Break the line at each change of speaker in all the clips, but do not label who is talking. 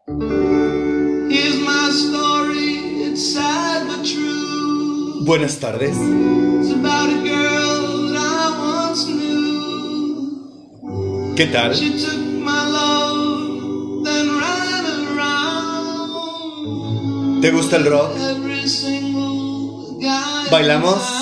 Here's my story, it's sad but true.
Buenas tardes.
It's about a girl that I once knew.
¿Qué tal?
She took my love, then ran around.
¿Te gusta el rock?
Every single guy
¿Bailamos?
in town.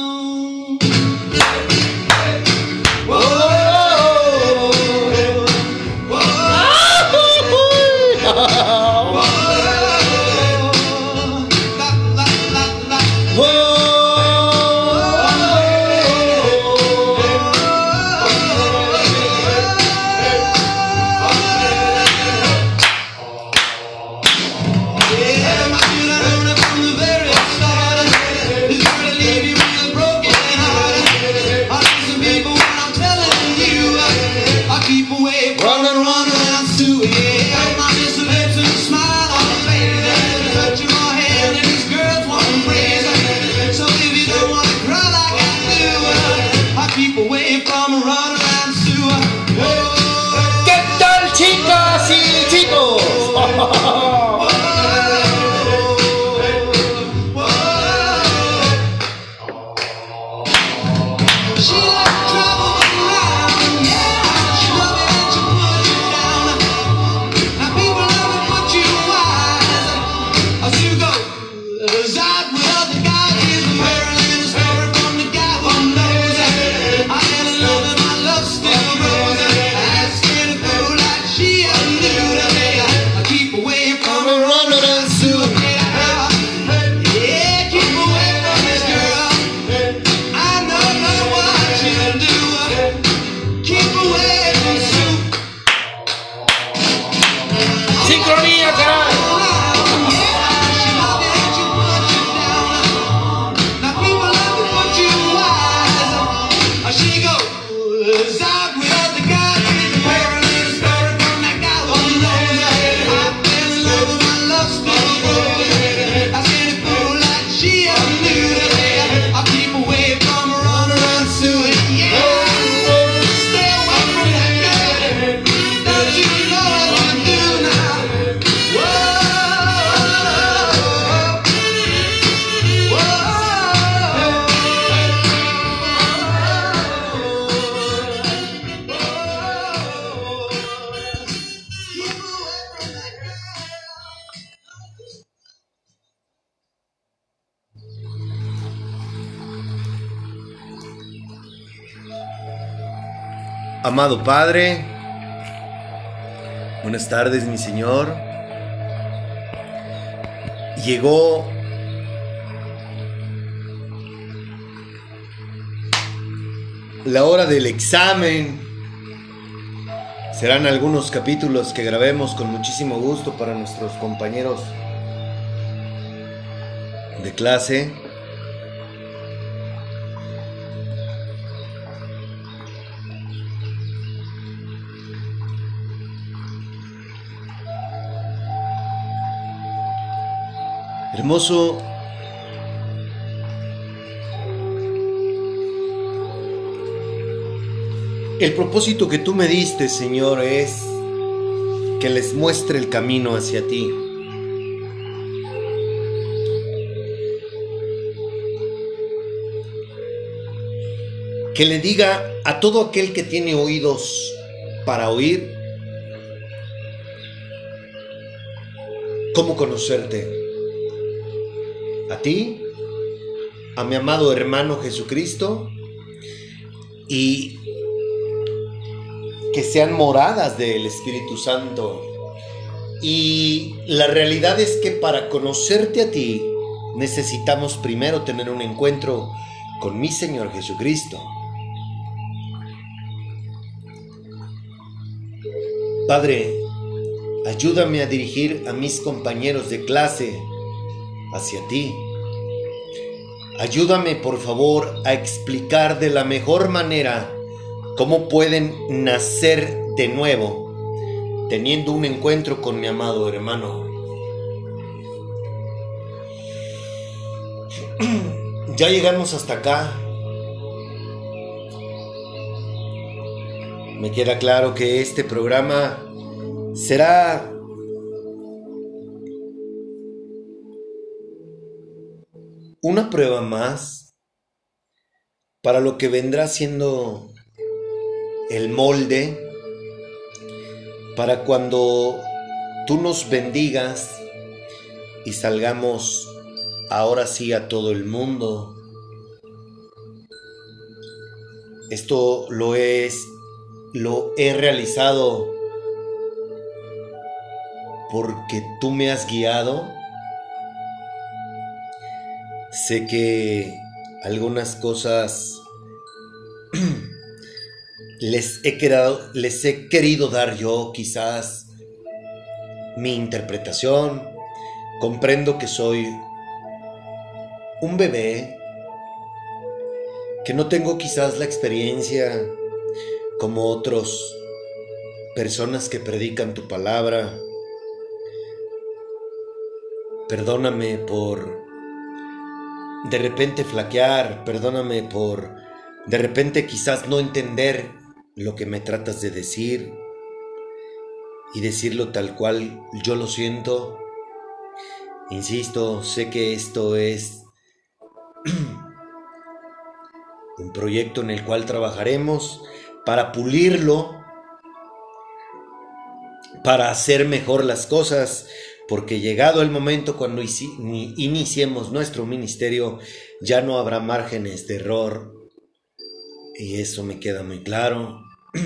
Amado Padre, buenas tardes, mi Señor. Llegó la hora del examen. Serán algunos capítulos que grabemos con muchísimo gusto para nuestros compañeros de clase. Hermoso, el propósito que tú me diste, Señor, es que les muestre el camino hacia ti. Que le diga a todo aquel que tiene oídos para oír cómo conocerte. A ti, a mi amado hermano Jesucristo, y que sean moradas del Espíritu Santo. Y la realidad es que para conocerte a ti necesitamos primero tener un encuentro con mi Señor Jesucristo. Padre, ayúdame a dirigir a mis compañeros de clase hacia ti. Ayúdame, por favor, a explicar de la mejor manera cómo pueden nacer de nuevo, teniendo un encuentro con mi amado hermano. Ya llegamos hasta acá. Me queda claro que este programa será una prueba más para lo que vendrá siendo el molde para cuando tú nos bendigas y salgamos ahora sí a todo el mundo. Esto lo he realizado porque tú me has guiado. Sé que algunas cosas les he querido dar yo quizás mi interpretación. Comprendo que soy un bebé, que no tengo quizás la experiencia como otros personas que predican tu palabra. Perdóname por de repente flaquear, perdóname por de repente quizás no entender lo que me tratas de decir y decirlo tal cual yo lo siento. Insisto, sé que esto es un proyecto en el cual trabajaremos para pulirlo, para hacer mejor las cosas, porque llegado el momento cuando iniciemos nuestro ministerio, ya no habrá márgenes de error, y eso me queda muy claro.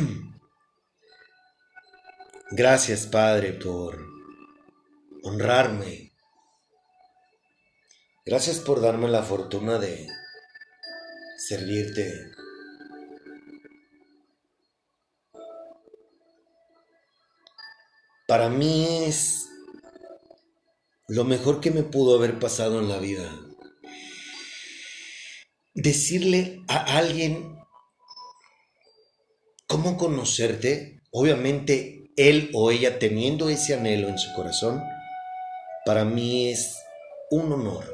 Gracias, Padre, por honrarme. Gracias por darme la fortuna de servirte. Para mí es lo mejor que me pudo haber pasado en la vida. Decirle a alguien cómo conocerte, obviamente él o ella teniendo ese anhelo en su corazón, para mí es un honor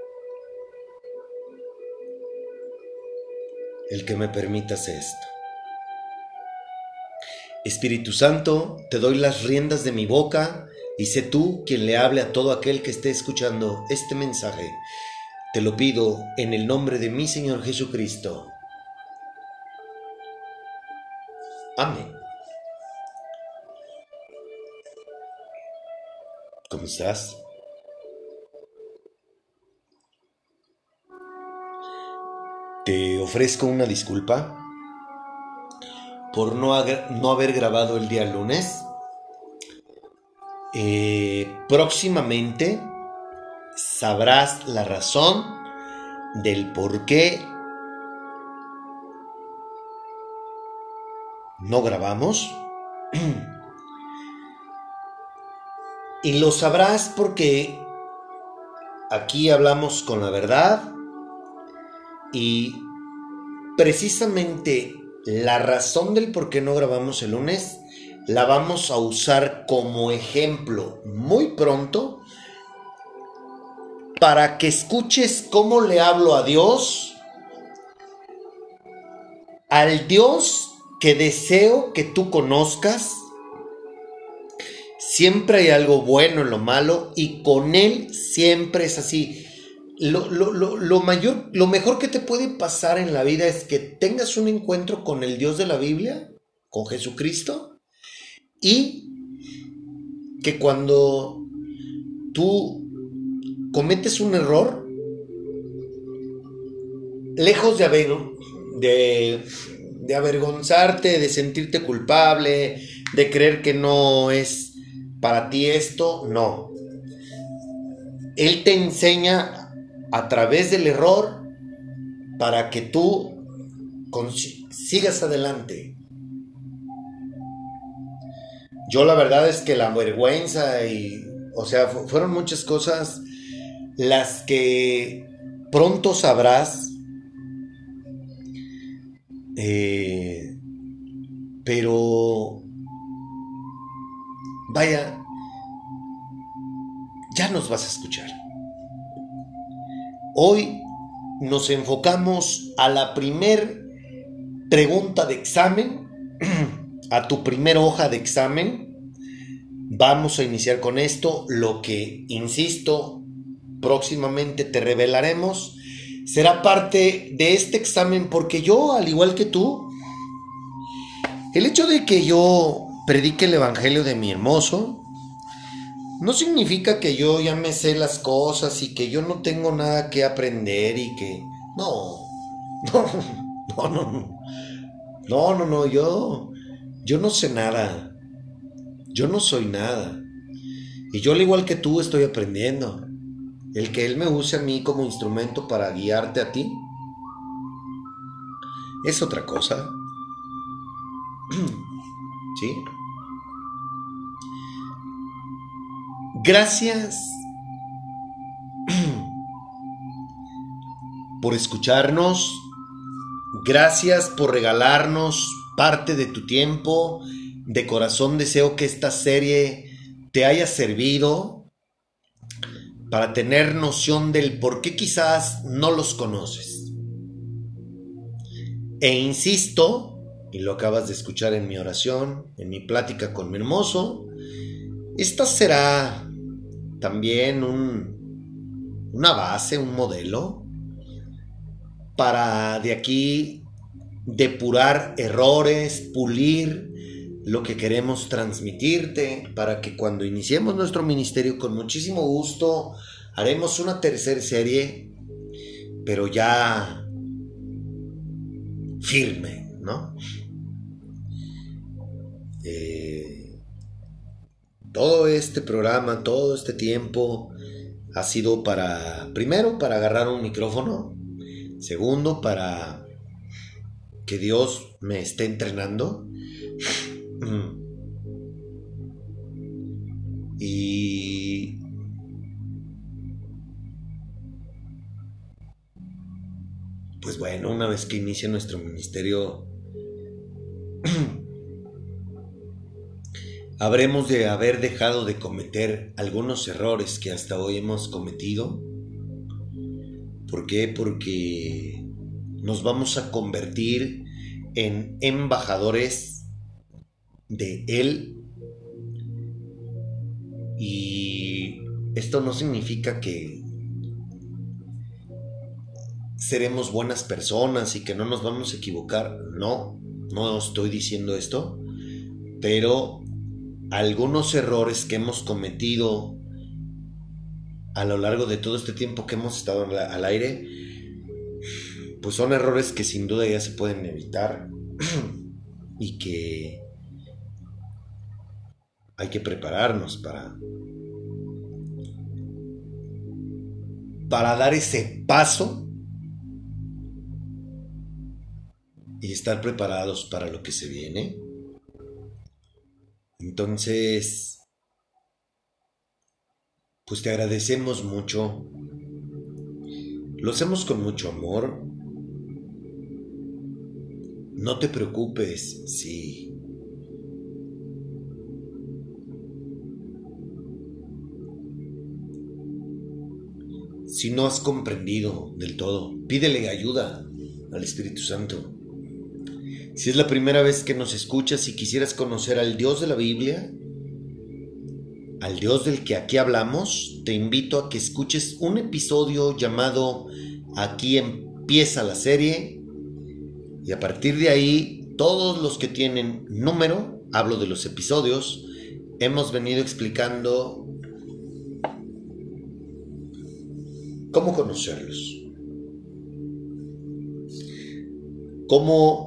el que me permitas esto. Espíritu Santo, te doy las riendas de mi boca y sé tú quien le hable a todo aquel que esté escuchando este mensaje. Te lo pido en el nombre de mi Señor Jesucristo. Amén. ¿Cómo estás? Te ofrezco una disculpa por no haber grabado el día lunes. Próximamente sabrás la razón del por qué no grabamos. Y lo sabrás porque aquí hablamos con la verdad. Y precisamente la razón del por qué no grabamos el lunes la vamos a usar como ejemplo muy pronto para que escuches cómo le hablo a Dios, al Dios que deseo que tú conozcas. Siempre hay algo bueno en lo malo y con Él siempre es así. Lo mejor que te puede pasar en la vida es que tengas un encuentro con el Dios de la Biblia, con Jesucristo, y que cuando tú cometes un error, lejos de avergonzarte, de sentirte culpable, de creer que no es para ti esto, no. Él te enseña a través del error para que tú sigas adelante. Yo la verdad es que la vergüenza fueron muchas cosas las que pronto sabrás, pero vaya, ya nos vas a escuchar. Hoy nos enfocamos a la primer pregunta de examen, a tu primera hoja de examen. Vamos a iniciar con esto, lo que, insisto, próximamente te revelaremos, será parte de este examen, porque yo, al igual que tú, el hecho de que yo predique el evangelio de mi hermoso no significa que yo ya me sé las cosas y que yo no tengo nada que aprender y que... No, no, yo no sé nada, yo no soy nada. Y yo, al igual que tú, estoy aprendiendo. El que Él me use a mí como instrumento para guiarte a ti es otra cosa. ¿Sí? Gracias por escucharnos. Gracias por regalarnos parte de tu tiempo. De corazón deseo que esta serie te haya servido para tener noción del por qué quizás no los conoces. E insisto, y lo acabas de escuchar en mi oración, en mi plática con mi hermoso, esta será también una base, un modelo para de aquí depurar errores, pulir lo que queremos transmitirte, para que cuando iniciemos nuestro ministerio, con muchísimo gusto haremos una tercera serie, pero ya firme, ¿no? Todo este programa, todo este tiempo ha sido primero, para agarrar un micrófono. Segundo, para que Dios me esté entrenando. Y pues bueno, una vez que inicie nuestro ministerio, habremos de haber dejado de cometer algunos errores que hasta hoy hemos cometido. ¿Por qué? Porque nos vamos a convertir en embajadores de Él. Y esto no significa que seremos buenas personas y que no nos vamos a equivocar. No estoy diciendo esto. Pero algunos errores que hemos cometido a lo largo de todo este tiempo que hemos estado al aire, pues son errores que sin duda ya se pueden evitar y que hay que prepararnos para dar ese paso y estar preparados para lo que se viene. Entonces, pues te agradecemos mucho. Lo hacemos con mucho amor. No te preocupes si no has comprendido del todo. Pídele ayuda al Espíritu Santo. Si es la primera vez que nos escuchas y quisieras conocer al Dios de la Biblia, al Dios del que aquí hablamos, te invito a que escuches un episodio llamado Aquí empieza la serie, y a partir de ahí, todos los que tienen número, hablo de los episodios, hemos venido explicando cómo conocerlos, cómo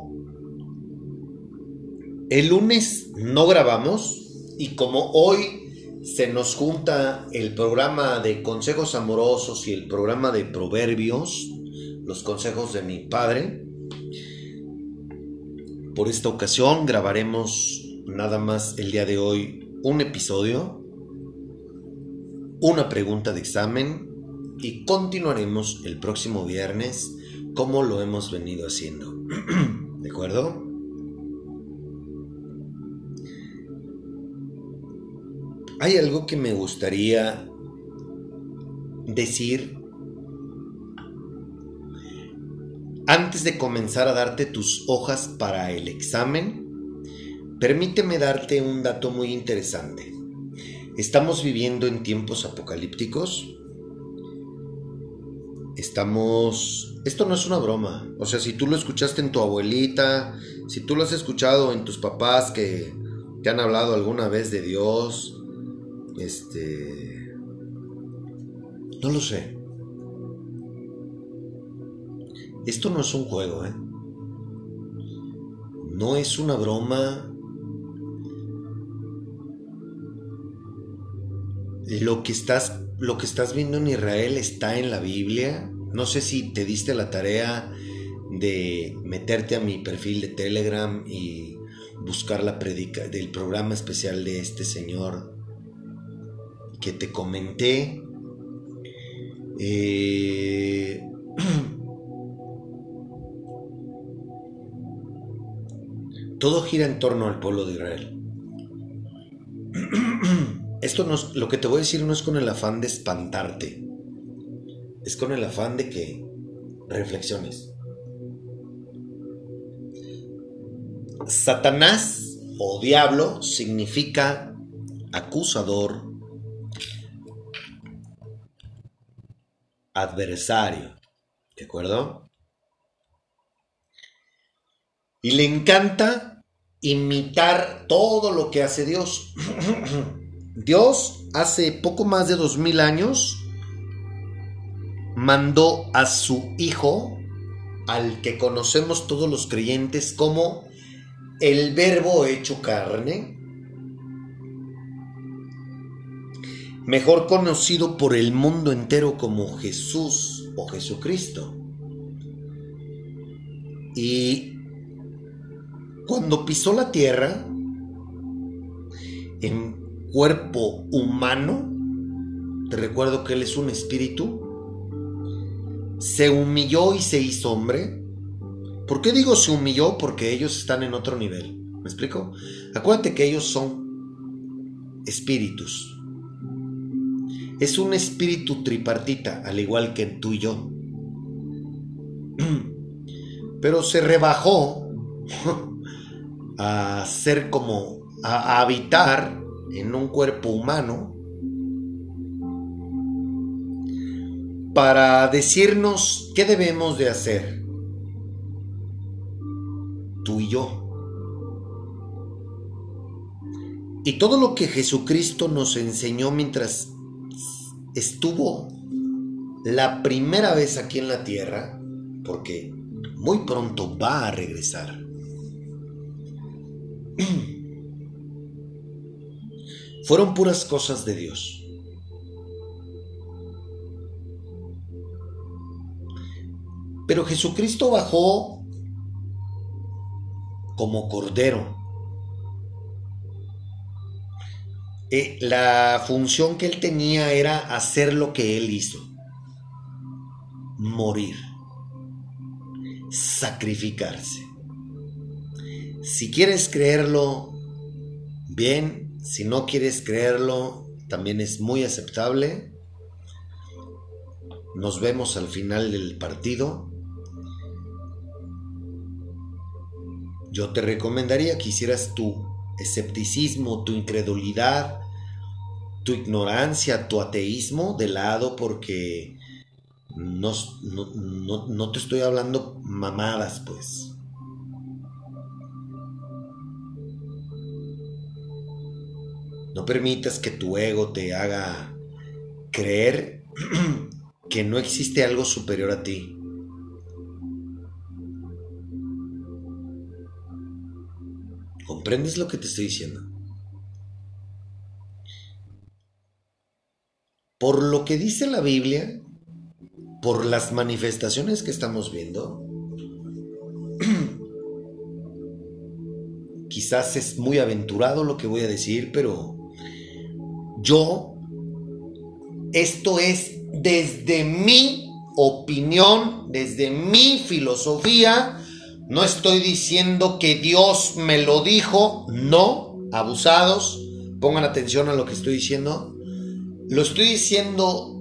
el lunes no grabamos, y como hoy se nos junta el programa de consejos amorosos y el programa de proverbios, los consejos de mi padre, por esta ocasión grabaremos nada más el día de hoy un episodio, una pregunta de examen, y continuaremos el próximo viernes como lo hemos venido haciendo. ¿De acuerdo? Hay algo que me gustaría decir antes de comenzar a darte tus hojas para el examen. Permíteme darte un dato muy interesante. Estamos viviendo en tiempos apocalípticos. Esto no es una broma. O sea, si tú lo escuchaste en tu abuelita, si tú lo has escuchado en tus papás que te han hablado alguna vez de Dios, no lo sé. Esto no es un juego, ¿eh? No es una broma. Lo que estás viendo en Israel está en la Biblia. No sé si te diste la tarea de meterte a mi perfil de Telegram y buscar la predica del programa especial de este señor que te comenté. Todo gira en torno al pueblo de Israel. Esto no es, lo que te voy a decir no es con el afán de espantarte, es con el afán de que reflexiones. Satanás o diablo significa acusador, adversario, ¿de acuerdo? Y le encanta imitar todo lo que hace Dios. Dios hace poco más de 2000 años mandó a su Hijo, al que conocemos todos los creyentes como el Verbo hecho carne, mejor conocido por el mundo entero como Jesús o Jesucristo. Y cuando pisó la tierra en cuerpo humano, te recuerdo que Él es un espíritu, se humilló y se hizo hombre. ¿Por qué digo se humilló? Porque ellos están en otro nivel. ¿Me explico? Acuérdate que ellos son espíritus. Es un espíritu tripartita, al igual que tú y yo. Pero se rebajó a ser como, a habitar en un cuerpo humano para decirnos qué debemos de hacer, tú y yo. Y todo lo que Jesucristo nos enseñó mientras estuvo la primera vez aquí en la tierra, porque muy pronto va a regresar, fueron puras cosas de Dios. Pero Jesucristo bajó como cordero. La función que Él tenía era hacer lo que Él hizo: morir, sacrificarse. Si quieres creerlo, bien. Si no quieres creerlo, también es muy aceptable. Nos vemos al final del partido. Yo te recomendaría que hicieras tu escepticismo, tu incredulidad, tu ignorancia, tu ateísmo de lado, porque no te estoy hablando mamadas, pues. No permitas que tu ego te haga creer que no existe algo superior a ti. ¿Comprendes lo que te estoy diciendo? Por lo que dice la Biblia, por las manifestaciones que estamos viendo, quizás es muy aventurado lo que voy a decir, pero esto es desde mi opinión, desde mi filosofía. No estoy diciendo que Dios me lo dijo, no, abusados, pongan atención a lo que estoy diciendo. Lo estoy diciendo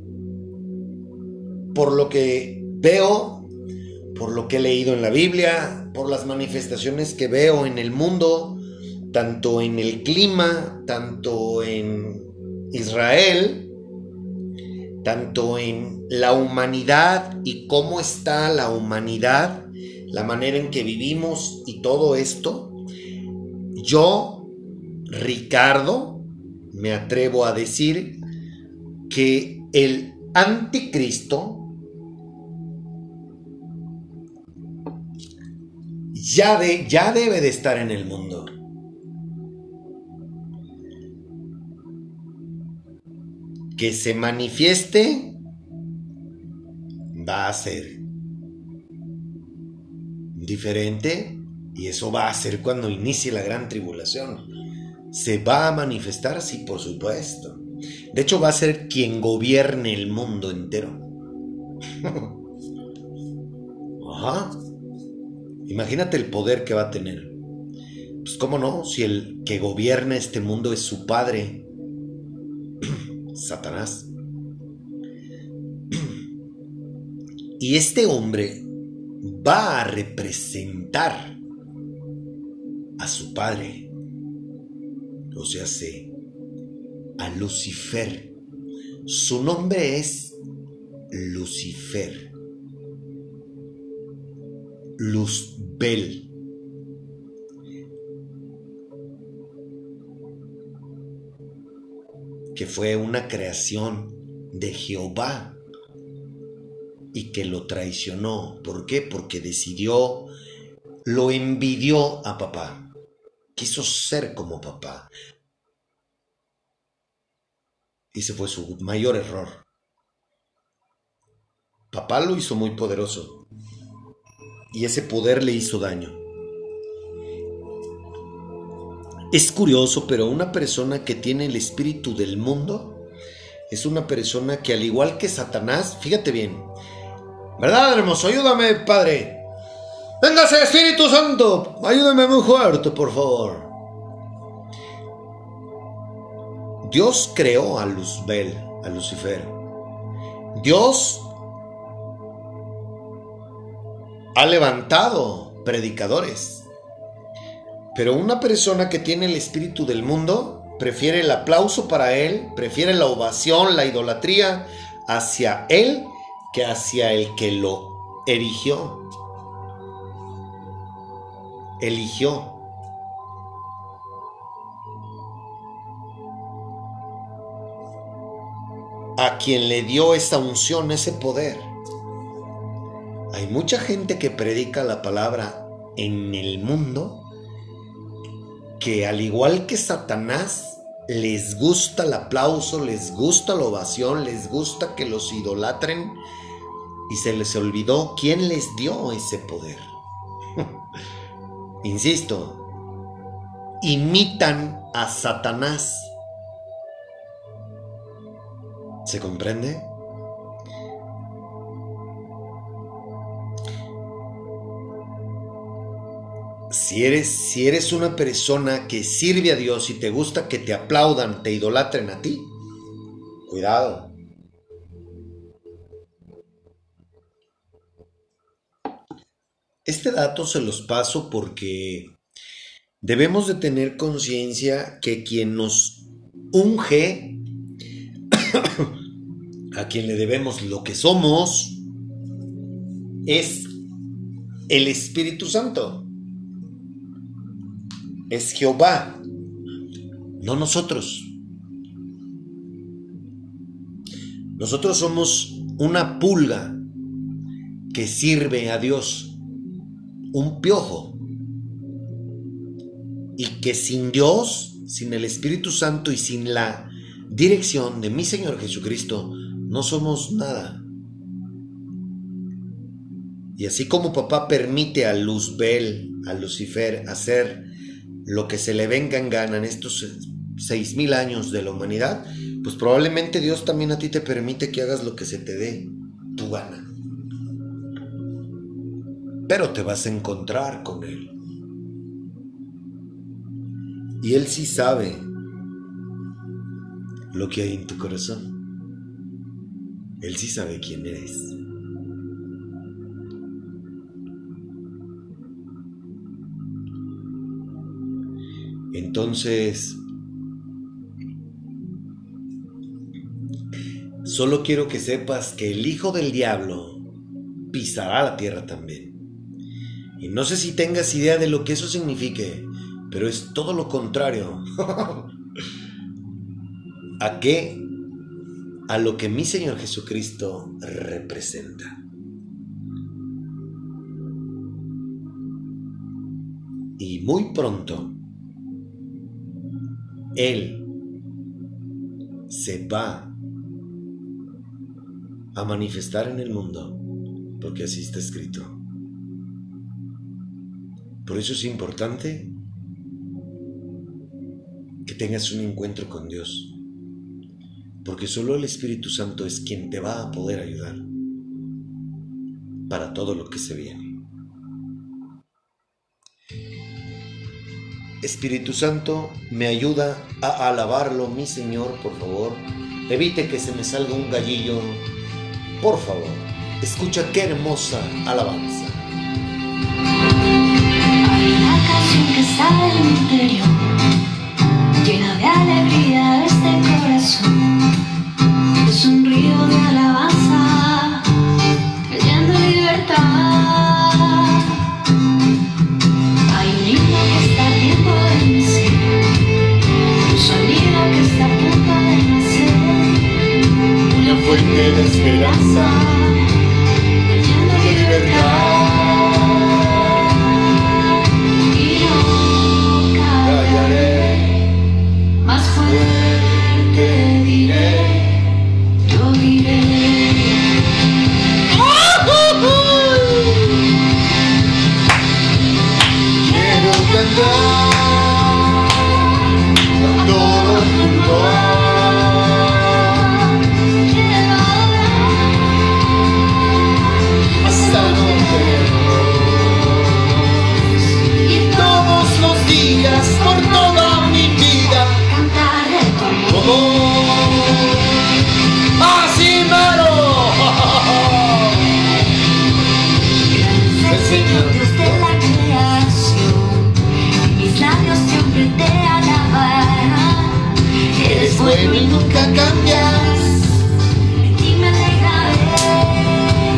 por lo que veo, por lo que he leído en la Biblia, por las manifestaciones que veo en el mundo, tanto en el clima, tanto en Israel, tanto en la humanidad y cómo está la humanidad, la manera en que vivimos y todo esto, yo, Ricardo, me atrevo a decir que el anticristo ya debe de estar en el mundo. Que se manifieste va a ser diferente, y eso va a ser cuando inicie la gran tribulación. ¿Se va a manifestar? Sí, por supuesto. De hecho, va a ser quien gobierne el mundo entero. Ajá. Imagínate el poder que va a tener. Pues cómo no, si el que gobierna este mundo es su padre, Satanás. Y este hombre va a representar a su padre, o sea, a Lucifer. Su nombre es Lucifer, Luzbel. Que fue una creación de Jehová y que lo traicionó. ¿Por qué? Porque lo envidió a papá. Quiso ser como papá. Y ese fue su mayor error. Papá lo hizo muy poderoso y ese poder le hizo daño. Es curioso, pero una persona que tiene el espíritu del mundo es una persona que, al igual que Satanás, fíjate bien, ¿verdad, hermoso? Ayúdame, Padre. Véngase, Espíritu Santo, ayúdame muy fuerte, por favor. Dios creó a Luzbel, a Lucifer. Dios ha levantado predicadores. Pero una persona que tiene el espíritu del mundo prefiere el aplauso para él, prefiere la ovación, la idolatría hacia él que hacia el que lo eligió. A quien le dio esa unción, ese poder. Hay mucha gente que predica la palabra en el mundo que, al igual que Satanás, les gusta el aplauso, les gusta la ovación, les gusta que los idolatren, y se les olvidó quién les dio ese poder. Insisto, imitan a Satanás. ¿Se comprende? Si eres una persona que sirve a Dios y te gusta que te aplaudan, te idolatren a ti, cuidado. Este dato se los paso porque debemos de tener conciencia que quien nos unge, a quien le debemos lo que somos, es el Espíritu Santo. Es Jehová, no nosotros. Nosotros somos una pulga que sirve a Dios, un piojo, y que sin Dios, sin el Espíritu Santo y sin la dirección de mi Señor Jesucristo, no somos nada. Y así como papá permite a Luzbel, a Lucifer, hacer lo que se le venga en gana en estos 6,000 años de la humanidad, pues probablemente Dios también a ti te permite que hagas lo que se te dé tu gana. Pero te vas a encontrar con Él. Y Él sí sabe lo que hay en tu corazón. Él sí sabe quién eres. Entonces, Solo quiero que sepas que el hijo del diablo pisará la tierra también. Y no sé si tengas idea de lo que eso signifique, pero es todo lo contrario. ¿A qué? A lo que mi Señor Jesucristo representa. Y muy pronto, Él se va a manifestar en el mundo, porque así está escrito. Por eso es importante que tengas un encuentro con Dios, porque solo el Espíritu Santo es quien te va a poder ayudar para todo lo que se viene. Espíritu Santo, me ayuda a alabarlo, mi Señor, por favor. Evite que se me salga un gallillo. Por favor, escucha qué hermosa alabanza.
Hay una canción que sale en mi interior, llena de alegría este corazón. Es un río de alabanza, creyendo en libertad. Hay un himno que está ardiendo en mi ser, un sonido que está a punto de nacer, una fuente de esperanza, creyendo en libertad. Y no callaré, más fuerte diré, yo diré.
Quiero cantar a todo el mundo. Hasta y todos los días, por toda mi vida,
Cantaré tu amor.
así mero.
El Señor Dios de la creación, mis labios siempre te alabarán.
Eres bueno y nunca cambias.
En ti me alegraré.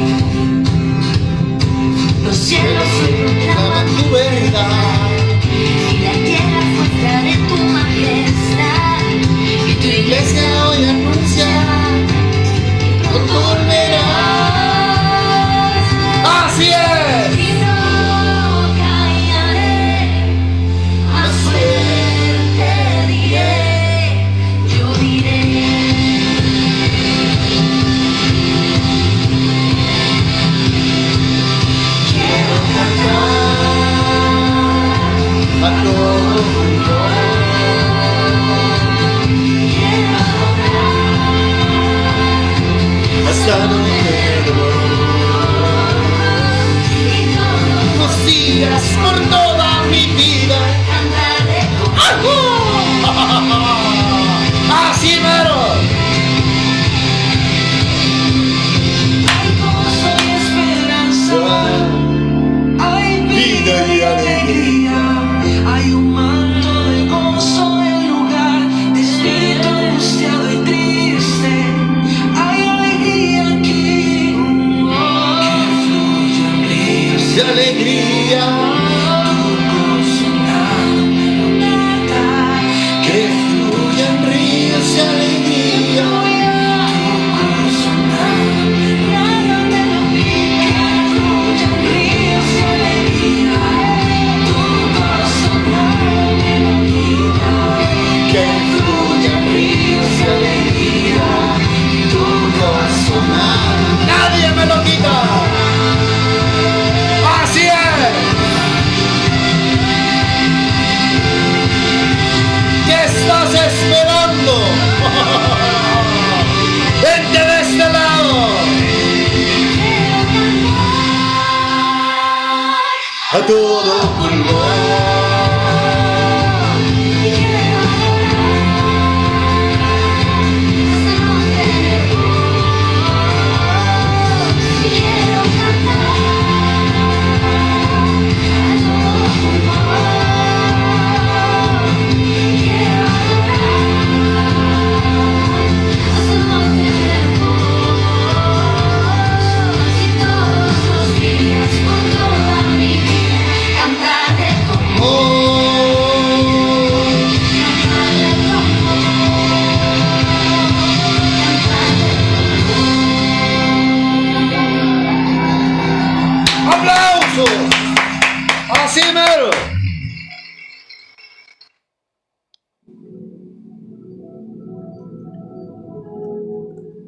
Los cielos hoy proclaman
Proclaman tu verdad.
y la tierra fuerza de tu majestad. Y tu
Iglesia hoy anuncia que pronto volverás. Así es.
y no callaré, más fuerte diré, yo diré. Quiero cantar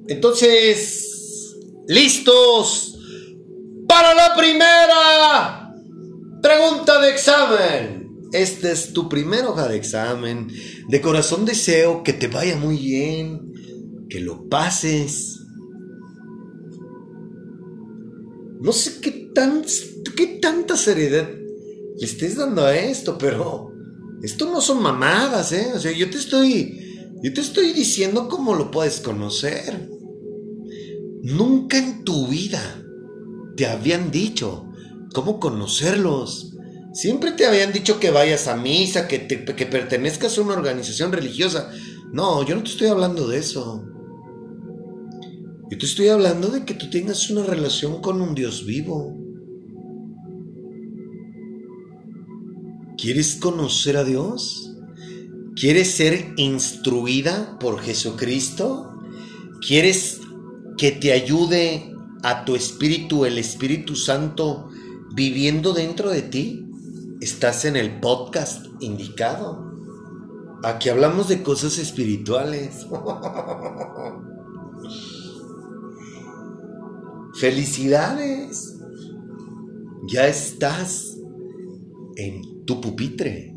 Entonces, listos para la primera pregunta de examen. Esta es tu primera hoja de examen. De corazón deseo que te vaya muy bien, que lo pases. No sé qué tanta seriedad le estés dando a esto, pero esto no son mamadas, ¿eh? O sea, yo te estoy diciendo cómo lo puedes conocer. Nunca en tu vida te habían dicho cómo conocerlos. Siempre te habían dicho que vayas a misa, que pertenezcas a una organización religiosa. No, yo no te estoy hablando de eso. Yo te estoy hablando de que tú tengas una relación con un Dios vivo. ¿Quieres conocer a Dios? ¿Quieres ser instruida por Jesucristo? ¿Quieres que te ayude a tu espíritu, el Espíritu Santo, viviendo dentro de ti? Estás en el podcast indicado. Aquí hablamos de cosas espirituales. ¡Felicidades! Ya estás en tu pupitre.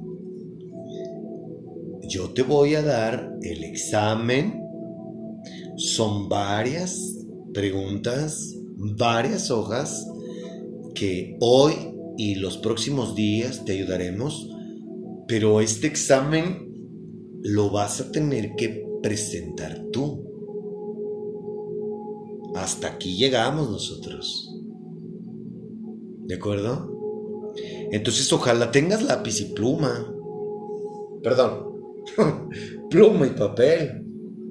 Yo te voy a dar el examen. Son varias preguntas, varias hojas que hoy y los próximos días te ayudaremos, pero este examen lo vas a tener que presentar tú. Hasta aquí llegamos nosotros. ¿De acuerdo? Entonces ojalá tengas lápiz y pluma. Perdón. Pluma y papel.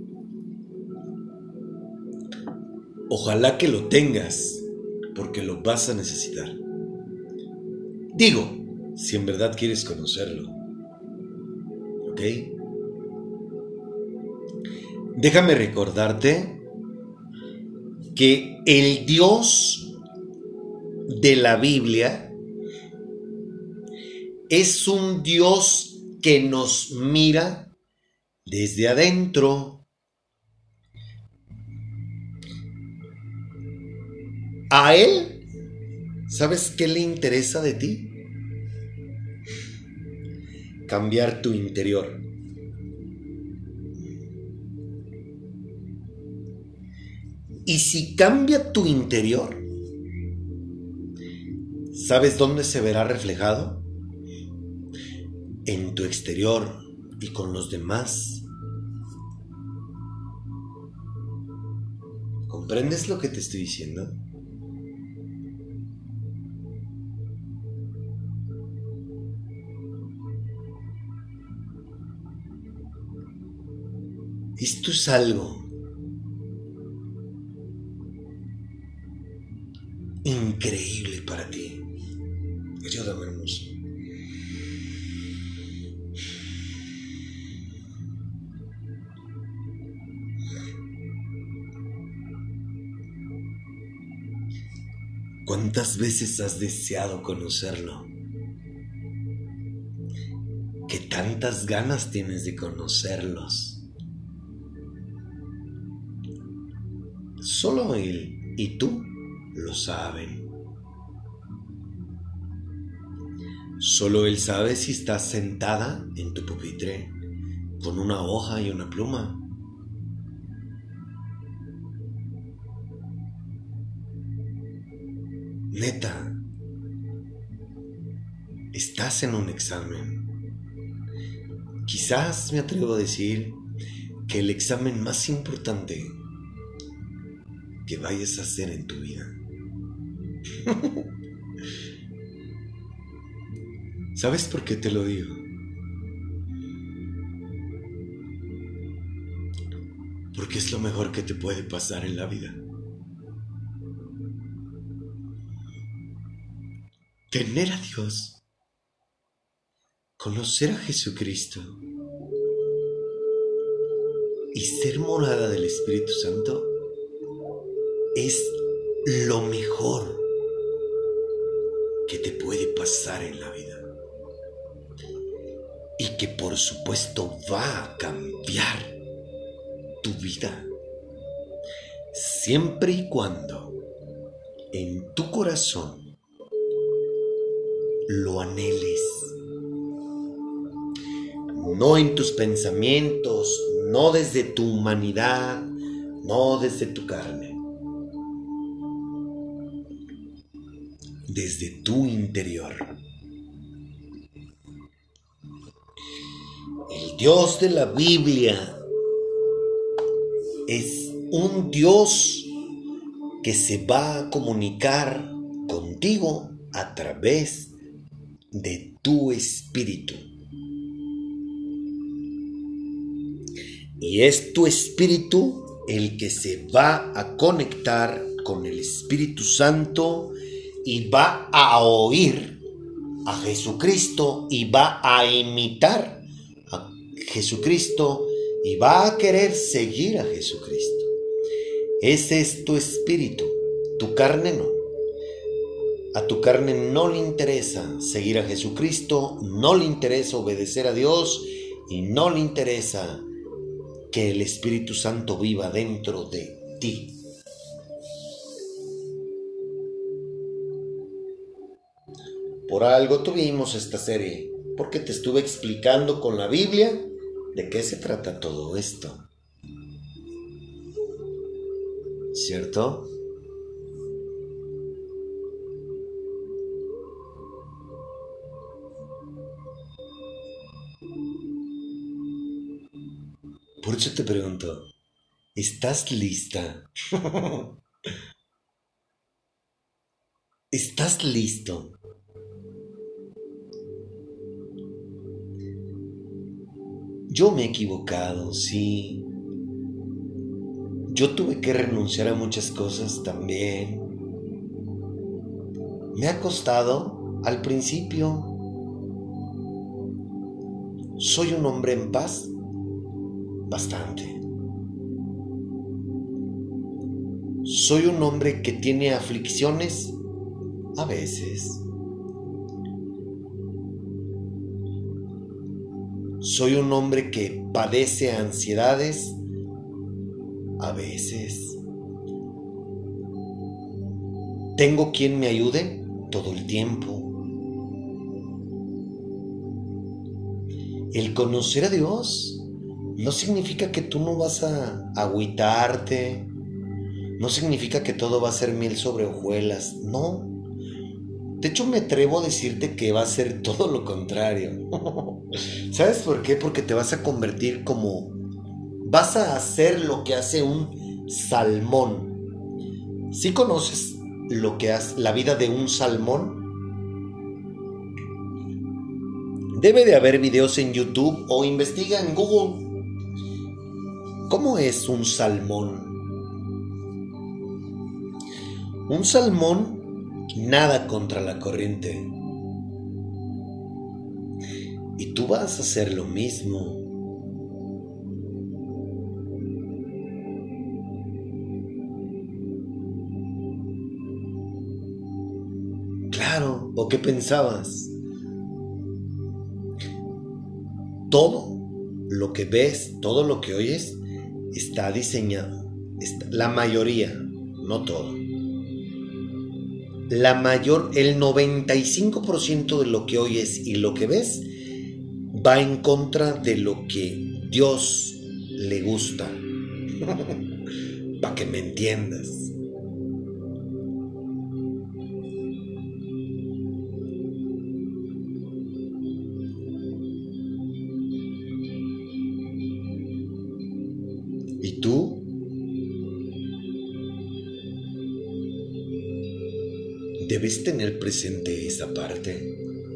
Ojalá que lo tengas, porque lo vas a necesitar. Digo, si en verdad quieres conocerlo. ¿Ok? Déjame recordarte que el Dios de la Biblia es un Dios que nos mira desde adentro. A Él, ¿sabes qué le interesa de ti? Cambiar tu interior. Y si cambia tu interior, ¿sabes dónde se verá reflejado? En tu exterior y con los demás. ¿Comprendes lo que te estoy diciendo? Esto es algo increíble para ti. Ayúdame, hermoso. ¿Cuántas veces has deseado conocerlo? ¿Qué tantas ganas tienes de conocerlos? Solo Él y tú lo saben. Solo Él sabe si estás sentada en tu pupitre con una hoja y una pluma. Neta, estás en un examen. Quizás me atrevo a decir que el examen más importante que vayas a hacer en tu vida. ¿Sabes por qué te lo digo? Porque es lo mejor que te puede pasar en la vida. Tener a Dios, conocer a Jesucristo y ser morada del Espíritu Santo es lo mejor que te puede pasar en la vida. Y que por supuesto va a cambiar tu vida. siempre y cuando en tu corazón lo anheles. No en tus pensamientos, no desde tu humanidad, no desde tu carne. Desde tu interior. El Dios de la Biblia es un Dios que se va a comunicar contigo a través de tu espíritu. Y es tu espíritu el que se va a conectar con el Espíritu Santo y va a oír a Jesucristo y va a imitar a Jesucristo y va a querer seguir a Jesucristo. Ese es tu espíritu, tu carne no. A tu carne no le interesa seguir a Jesucristo, no le interesa obedecer a Dios y no le interesa que el Espíritu Santo viva dentro de ti. Por algo tuvimos esta serie, porque te estuve explicando con la Biblia de qué se trata todo esto. ¿Cierto? Por eso te pregunto, ¿estás lista? ¿Estás listo? Yo me he equivocado, sí. Yo tuve que renunciar a muchas cosas también. Me ha costado al principio. ¿Soy un hombre en paz? Bastante. ¿Soy un hombre que tiene aflicciones? A veces. ¿Soy un hombre que padece ansiedades? A veces. ¿Tengo quien me ayude? Todo el tiempo. El conocer a Dios no significa que tú no vas a agüitarte, no significa que todo va a ser miel sobre hojuelas, no. De hecho, me atrevo a decirte que va a ser todo lo contrario. ¿Sabes por qué? Porque te vas a convertir vas a hacer lo que hace un salmón. ¿Sí conoces lo que hace la vida de un salmón? Debe de haber videos en YouTube o investiga en Google. ¿Cómo es un salmón? Un salmón nada contra la corriente. Y tú vas a hacer lo mismo. Claro, ¿o qué pensabas? Todo lo que ves, todo lo que oyes, está diseñado. La mayoría, no todo. El 95% de lo que oyes y lo que ves va en contra de lo que Dios le gusta. Para que me entiendas. ¿Y tú? Debes tener presente esa parte.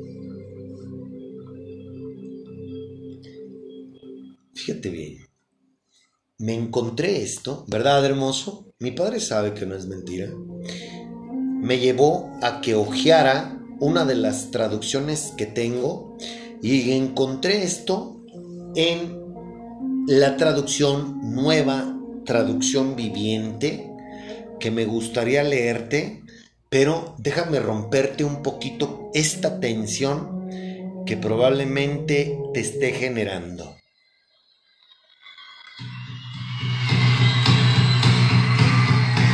Fíjate bien. Me encontré esto, ¿verdad, hermoso? Mi padre sabe que no es mentira. Me llevó a que hojeara una de las traducciones que tengo y encontré esto en la traducción nueva, traducción viviente, que me gustaría leerte. Pero déjame romperte un poquito esta tensión que probablemente te esté generando.
「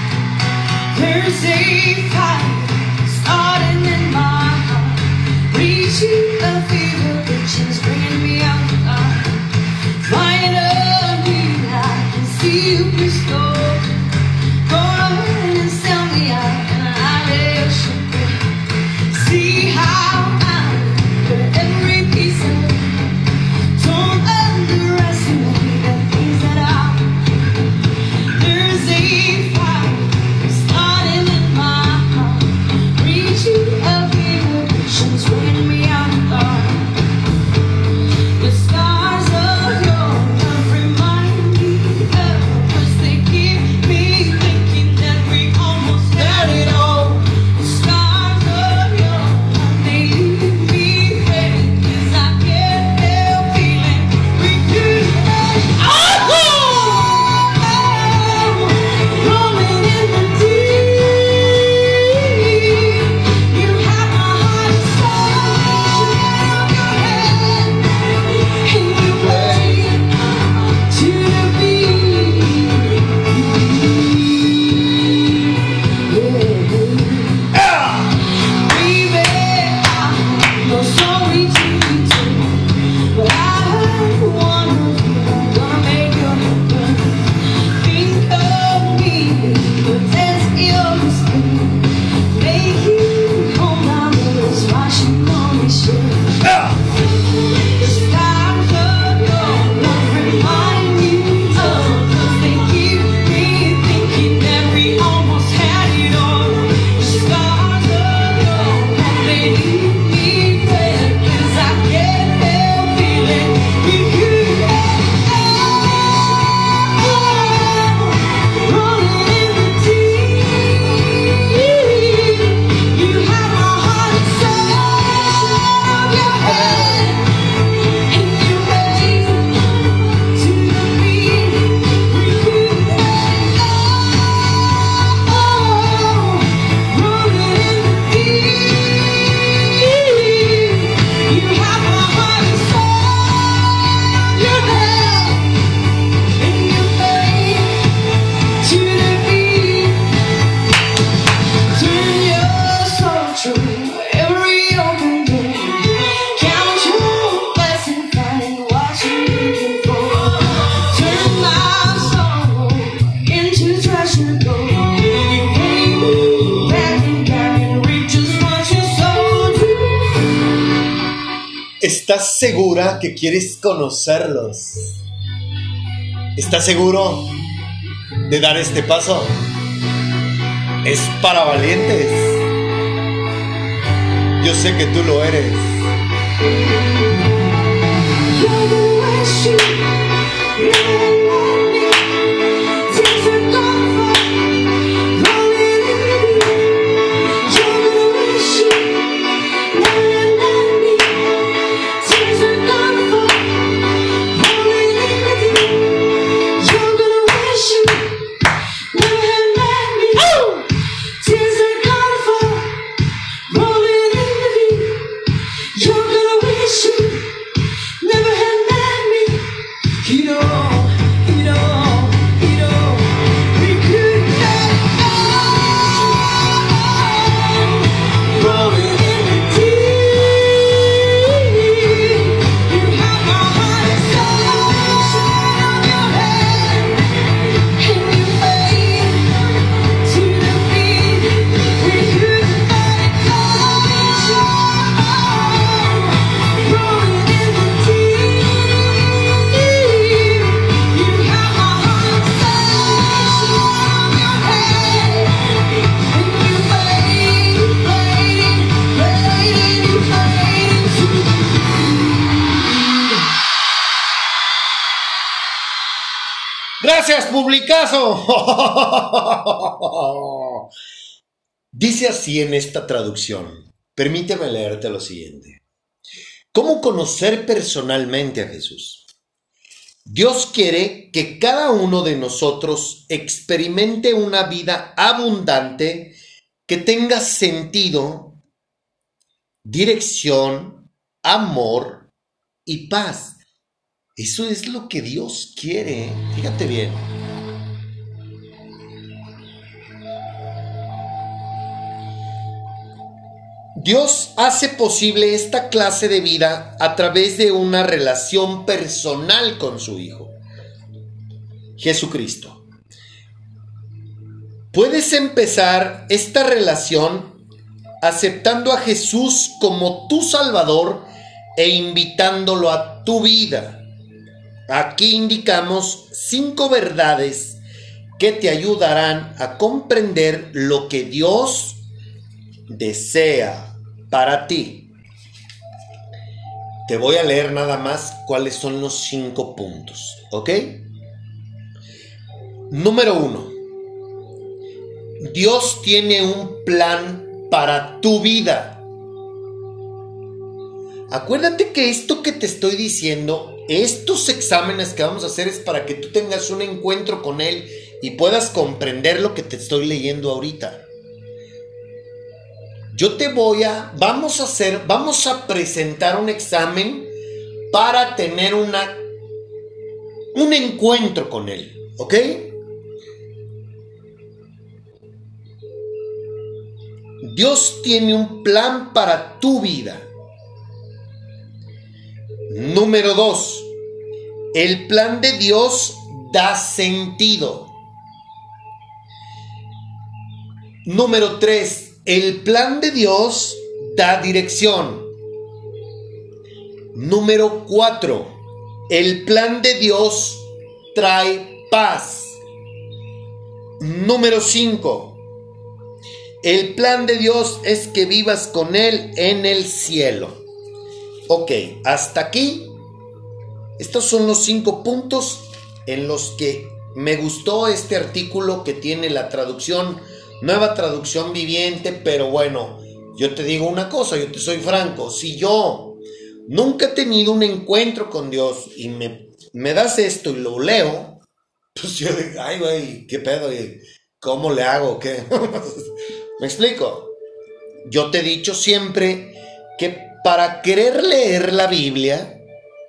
¿Estás segura que quieres conocerlos? ¿Estás seguro de dar este paso? Es para valientes. Yo sé que tú lo eres. ¡Gracias, publicazo! Dice así en esta traducción. Permíteme leerte lo siguiente. ¿Cómo conocer personalmente a Jesús? Dios quiere que cada uno de nosotros experimente una vida abundante que tenga sentido, dirección, amor y paz. Eso es lo que Dios quiere. Fíjate bien. Dios hace posible esta clase de vida a través de una relación personal con su Hijo, Jesucristo. Puedes empezar esta relación aceptando a Jesús como tu Salvador e invitándolo a tu vida. Aquí indicamos 5 verdades que te ayudarán a comprender lo que Dios desea para ti. Te voy a leer nada más cuáles son los 5 puntos, ¿ok? Número 1. Dios tiene un plan para tu vida. Acuérdate que esto que te estoy diciendo, estos exámenes que vamos a hacer es para que tú tengas un encuentro con Él y puedas comprender lo que te estoy leyendo ahorita. Vamos a presentar un examen para tener un encuentro con Él, ¿ok? Dios tiene un plan para tu vida. Número 2. El plan de Dios da sentido. Número 3. El plan de Dios da dirección. Número 4. El plan de Dios trae paz. Número 5. El plan de Dios es que vivas con Él en el cielo. Ok, hasta aquí. Estos son los 5 puntos en los que me gustó este artículo que tiene la traducción, Nueva Traducción Viviente, pero bueno, yo te digo una cosa, yo te soy franco, si yo nunca he tenido un encuentro con Dios y me das esto y lo leo, pues yo digo, ay güey, qué pedo, ¿cómo le hago? ¿Qué? ¿Me explico? Yo te he dicho siempre que para querer leer la Biblia,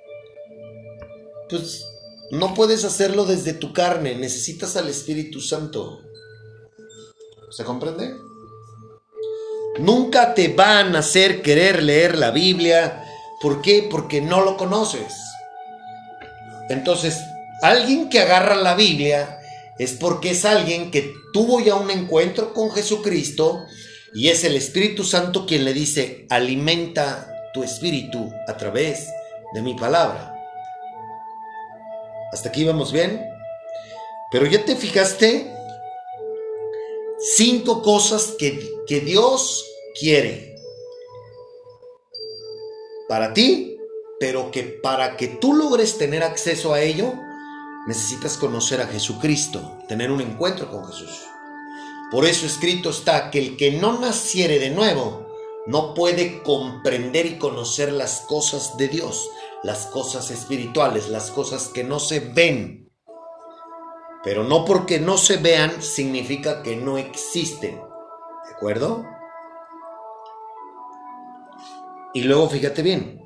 pues no puedes hacerlo desde tu carne, necesitas al Espíritu Santo. ¿Se comprende? Nunca te van a hacer querer leer la Biblia. ¿Por qué? Porque no lo conoces. Entonces, alguien que agarra la Biblia es porque es alguien que tuvo ya un encuentro con Jesucristo y es el Espíritu Santo quien le dice, alimenta tu espíritu a través de mi palabra. ¿Hasta aquí vamos bien? Pero ya te fijaste 5 cosas que Dios quiere para ti, pero que para que tú logres tener acceso a ello, necesitas conocer a Jesucristo, tener un encuentro con Jesús. Por eso escrito está que el que no naciere de nuevo no puede comprender y conocer las cosas de Dios, las cosas espirituales, las cosas que no se ven. Pero no porque no se vean significa que no existen. ¿De acuerdo? Y luego fíjate bien.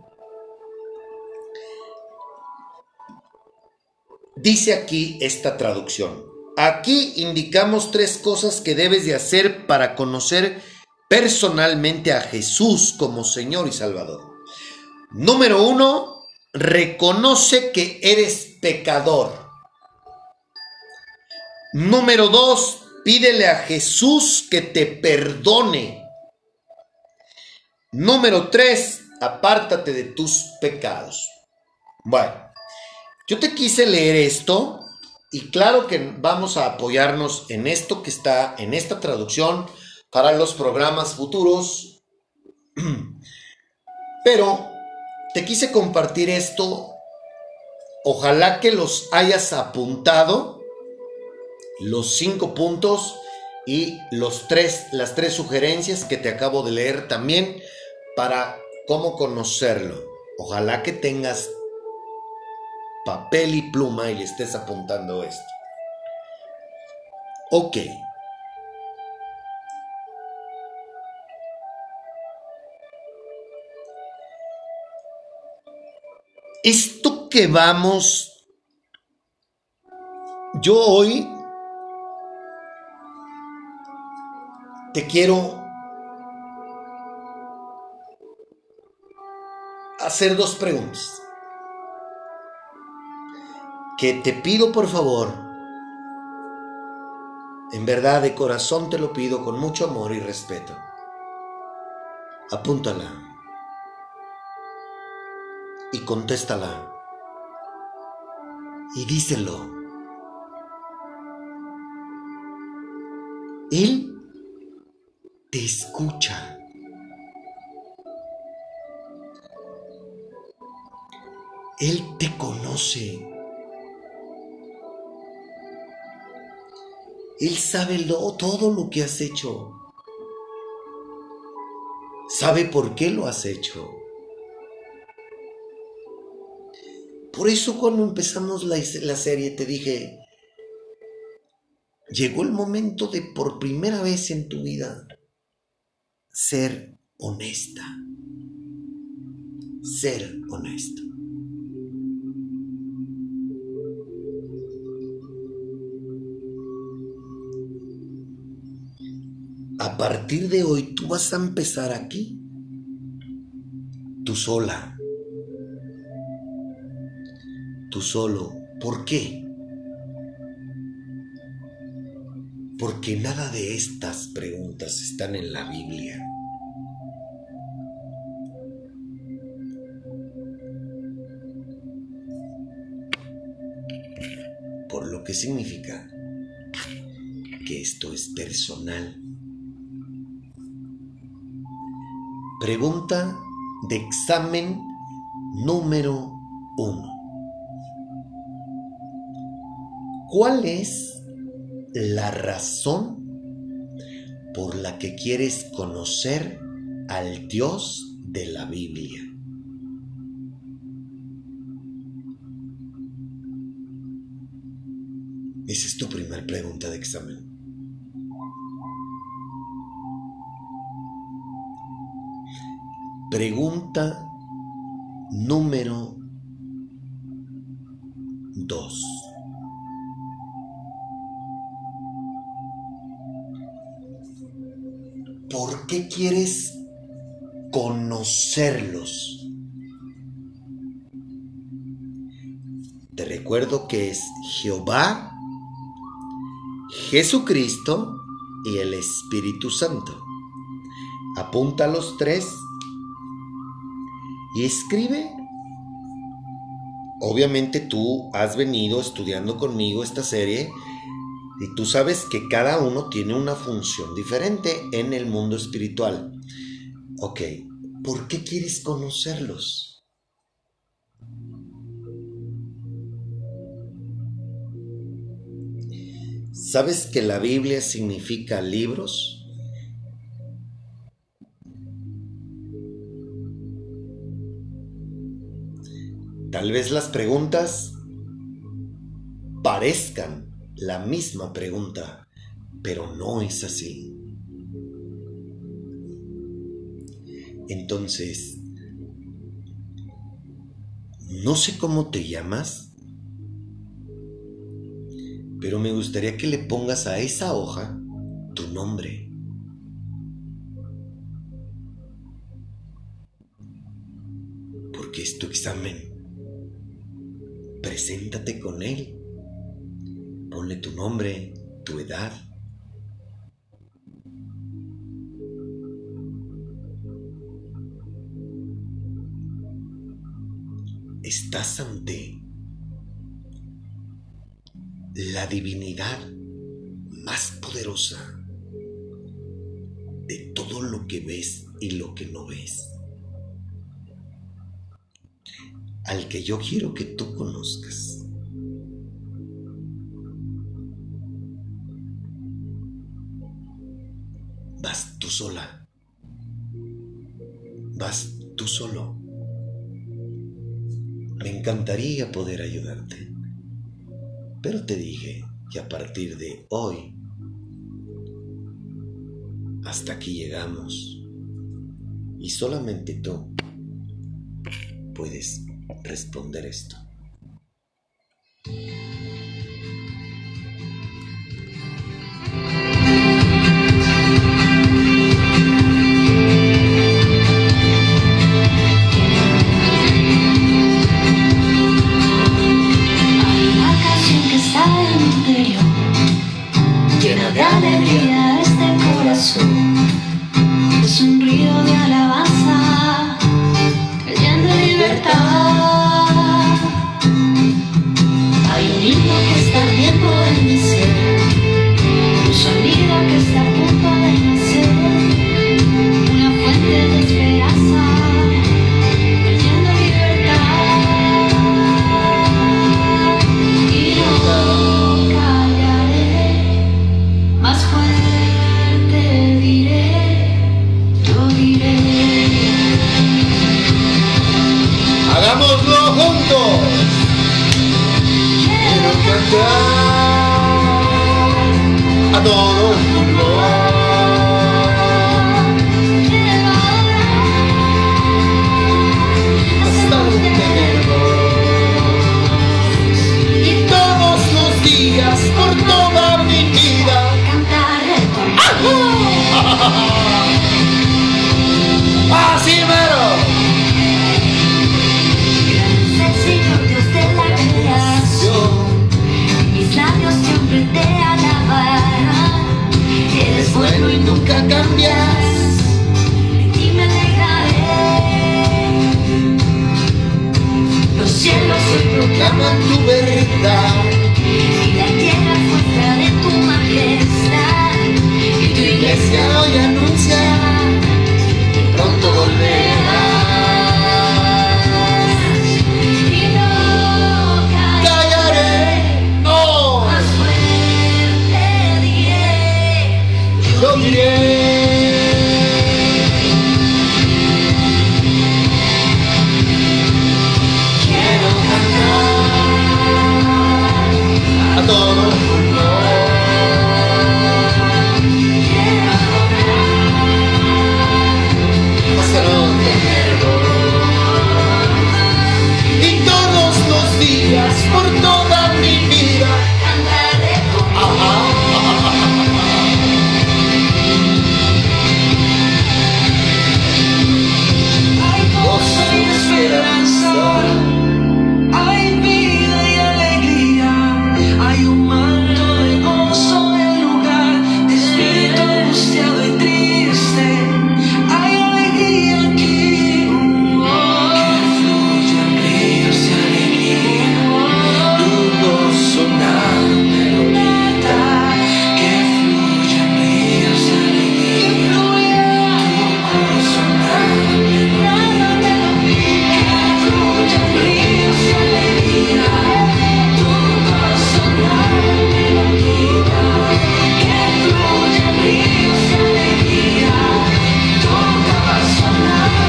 Dice aquí esta traducción. Aquí indicamos 3 cosas que debes de hacer para conocer personalmente a Jesús como Señor y Salvador. Número 1, reconoce que eres pecador. Número 2, pídele a Jesús que te perdone. Número 3, apártate de tus pecados. Bueno, yo te quise leer esto y claro que vamos a apoyarnos en esto que está en esta traducción para los programas futuros. Pero te quise compartir esto. Ojalá que los hayas apuntado. Los 5 puntos y las 3 sugerencias que te acabo de leer también para cómo conocerlo. Ojalá que tengas papel y pluma y le estés apuntando esto. Ok. Esto que vamos, yo hoy te quiero hacer dos preguntas. Que te pido por favor, en verdad de corazón te lo pido con mucho amor y respeto. Apúntala y contéstala y díselo. Él te escucha. Él te conoce. Él sabe todo lo que has hecho. Sabe por qué lo has hecho. Por eso cuando empezamos la serie te dije, llegó el momento de por primera vez en tu vida ser honesta. Ser honesto. A partir de hoy tú vas a empezar aquí, tú sola, tú solo. ¿Por qué? Porque nada de estas preguntas están en la Biblia. Por lo que significa que esto es personal. Pregunta de examen número 1. ¿Cuál es la razón por la que quieres conocer al Dios de la Biblia? Esa es tu primera pregunta de examen. Pregunta número 2. ¿Por qué quieres conocerlos? Te recuerdo que es Jehová, Jesucristo y el Espíritu Santo. Apunta los tres y escribe. Obviamente tú has venido estudiando conmigo esta serie y tú sabes que cada uno tiene una función diferente en el mundo espiritual. Ok, ¿por qué quieres conocerlos? ¿Sabes que la Biblia significa libros? Tal vez las preguntas parezcan la misma pregunta, pero no es así. Entonces, no sé cómo te llamas, pero me gustaría que le pongas a esa hoja tu nombre. Porque es tu examen. Preséntate con él. Ponle tu nombre, tu edad. Estás ante la divinidad más poderosa de todo lo que ves y lo que no ves, al que yo quiero que tú conozcas. Vas tú sola, vas tú solo. Me encantaría poder ayudarte, pero te dije que a partir de hoy, hasta aquí llegamos y solamente tú puedes responder esto.
alegría este corazón. Es un río de alabanza, creyendo en libertad. Hay un himno que está ardiendo en mi ser, un sonido que está a punto de nacer, una fuente de esperanza, creyendo en libertad. Y no callaré, más fuerte diré, yo diré.
¡Hagámoslo juntos! Quiero cantar a todo el mundo. Hasta donde y todos los días por toda mi vida. ¡Así mero!
Señor Dios de la creación, mis labios siempre te alabarán. Eres bueno y nunca cambias, y me alegraré. Los cielos hoy proclaman
Tu verdad.
y la tierra muestra de tu majestad. Y tu iglesia
Hoy anuncia que pronto volverás.
y no
Callaré, no,
más fuerte diré.
yo diré.
Quiero cantar
A todo el mundo.
quiero
Hasta donde y todos los días por toda mi vida.
cantar de tu hay gozo y esperanza, hay vida y alegría, hay un manto de gozo en lugar de espíritu angustiado y triste, hay alegría aquí, que fluyan ríos de alegría, tu gozo nada me lo quita, que fluyan ríos de alegría, tu gozo nada me lo quita, que fluyan ríos de alegría, tu gozo nada me lo quita, que fluyan ríos de alegría, tu gozo nada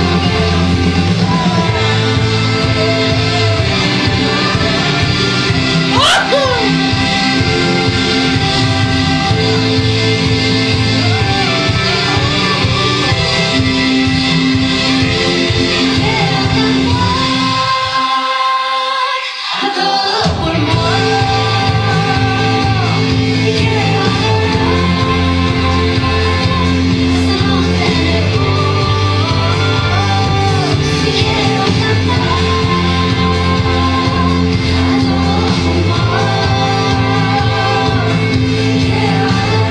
a todo pulmón, y quiero hasta donde y quiero cantar a todo pulmón, y quiero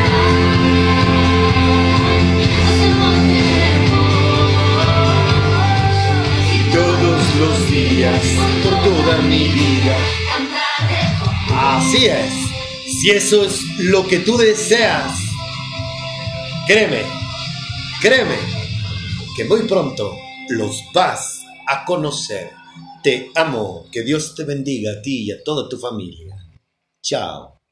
hasta donde
Todos los días por toda mi vida.
cantar de
Así es. Si eso es lo que tú deseas, créeme, créeme, que muy pronto los vas a conocer. Te amo. Que Dios te bendiga a ti y a toda tu familia. Chao.